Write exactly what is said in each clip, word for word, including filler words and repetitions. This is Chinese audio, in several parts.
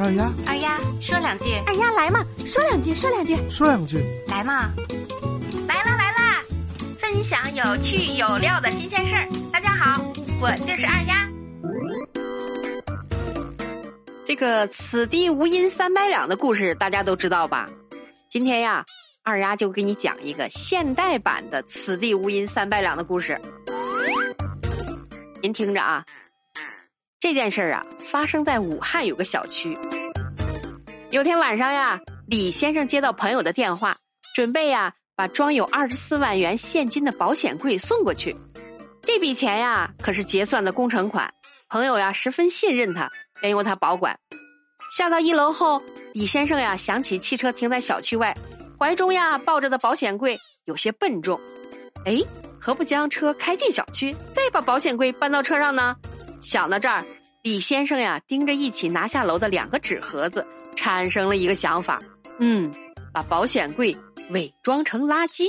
二丫， 二丫，说两句。 二丫来嘛，说两句，说两句， 说两句。 来嘛，来啦来啦！分享有趣有料的新鲜事儿。大家好，我就是二丫。 这个此地无银三百两的故事大家都知道吧？今天呀，二丫就给你讲一个现代版的此地无银三百两的故事。您听着啊，这件事儿啊发生在武汉有个小区。有天晚上呀，李先生接到朋友的电话，准备呀把装有二十四万元现金的保险柜送过去。这笔钱呀可是结算的工程款，朋友呀十分信任他，便由他保管。下到一楼后，李先生呀想起汽车停在小区外，怀中呀抱着的保险柜有些笨重，哎，何不将车开进小区，再把保险柜搬到车上呢？想到这儿，李先生呀盯着一起拿下楼的两个纸盒子，产生了一个想法，嗯，把保险柜伪装成垃圾。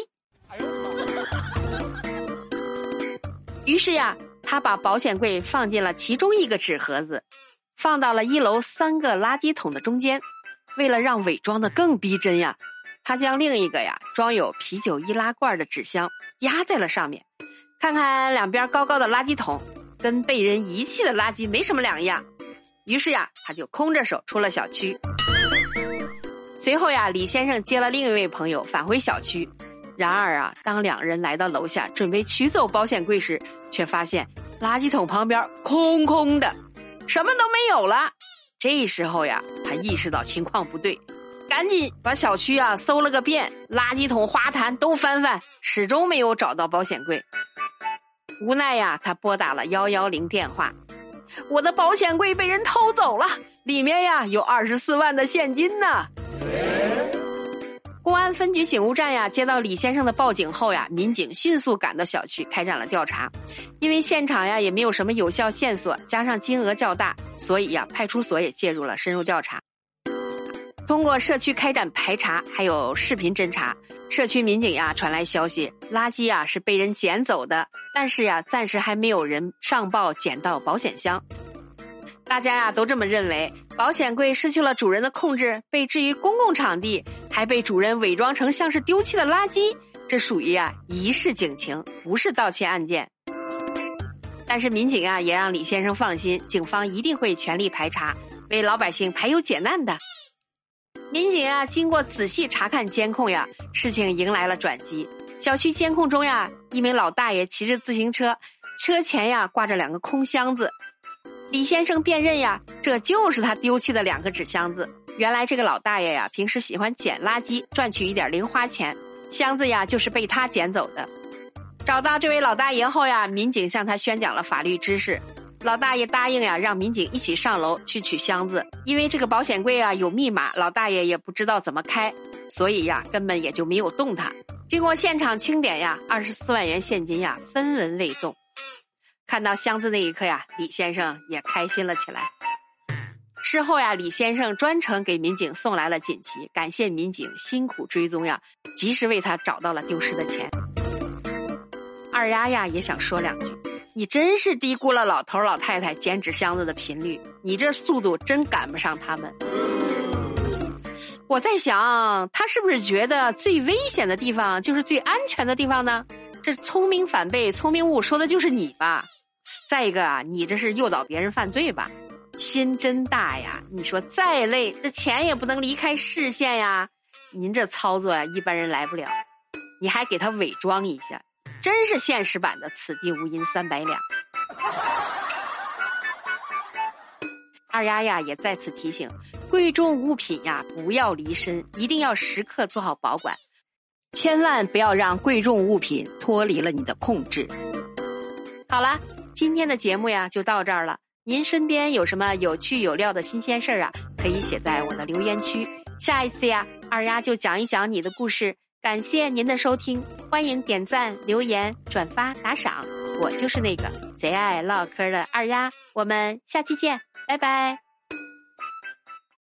于是呀，他把保险柜放进了其中一个纸盒子，放到了一楼三个垃圾桶的中间。为了让伪装的更逼真呀，他将另一个呀装有啤酒易拉罐的纸箱压在了上面。看看两边高高的垃圾桶，跟被人遗弃的垃圾没什么两样。于是呀，他就空着手出了小区。随后呀，李先生接了另一位朋友返回小区。然而啊，当两人来到楼下准备取走保险柜时，却发现垃圾桶旁边空空的，什么都没有了。这时候呀，他意识到情况不对，赶紧把小区啊搜了个遍，垃圾桶、花坛都翻翻，始终没有找到保险柜。无奈呀，他拨打了一一零电话，我的保险柜被人偷走了，里面呀有二十四万的现金呢。公安分局警务站呀接到李先生的报警后呀，民警迅速赶到小区开展了调查。因为现场呀也没有什么有效线索，加上金额较大，所以呀派出所也介入了深入调查。通过社区开展排查还有视频侦查，社区民警呀传来消息，垃圾呀是被人捡走的，但是呀暂时还没有人上报捡到保险箱。大家呀都这么认为，保险柜失去了主人的控制，被置于公共场地，还被主人伪装成像是丢弃的垃圾，这属于啊疑似警情，不是盗窃案件。但是民警啊也让李先生放心，警方一定会全力排查，为老百姓排忧解难的。民警啊经过仔细查看监控呀，事情迎来了转机。小区监控中呀，一名老大爷骑着自行车，车前呀挂着两个空箱子。李先生辨认呀，这就是他丢弃的两个纸箱子。原来这个老大爷呀，平时喜欢捡垃圾，赚取一点零花钱，箱子呀就是被他捡走的。找到这位老大爷后呀，民警向他宣讲了法律知识。老大爷答应呀，让民警一起上楼去取箱子。因为这个保险柜啊有密码，老大爷也不知道怎么开，所以呀根本也就没有动它。经过现场清点呀，二十四万元现金呀分文未动。看到箱子那一刻呀，李先生也开心了起来。事后呀，李先生专程给民警送来了锦旗，感谢民警辛苦追踪呀，及时为他找到了丢失的钱。二丫呀也想说两句，你真是低估了老头老太太捡纸箱子的频率，你这速度真赶不上他们。我在想，他是不是觉得最危险的地方就是最安全的地方呢？这聪明反被聪明误说的就是你吧。再一个啊，你这是诱导别人犯罪吧，心真大呀。你说再累，这钱也不能离开视线呀。您这操作啊，一般人来不了，你还给他伪装一下，真是现实版的此地无银三百两。二丫呀也在此提醒，贵重物品呀不要离身，一定要时刻做好保管，千万不要让贵重物品脱离了你的控制。好了，今天的节目呀就到这儿了。您身边有什么有趣有料的新鲜事儿啊，可以写在我的留言区。下一次呀，二丫就讲一讲你的故事。感谢您的收听，欢迎点赞、留言、转发、打赏。我就是那个贼爱唠嗑的二丫，我们下期见，拜拜。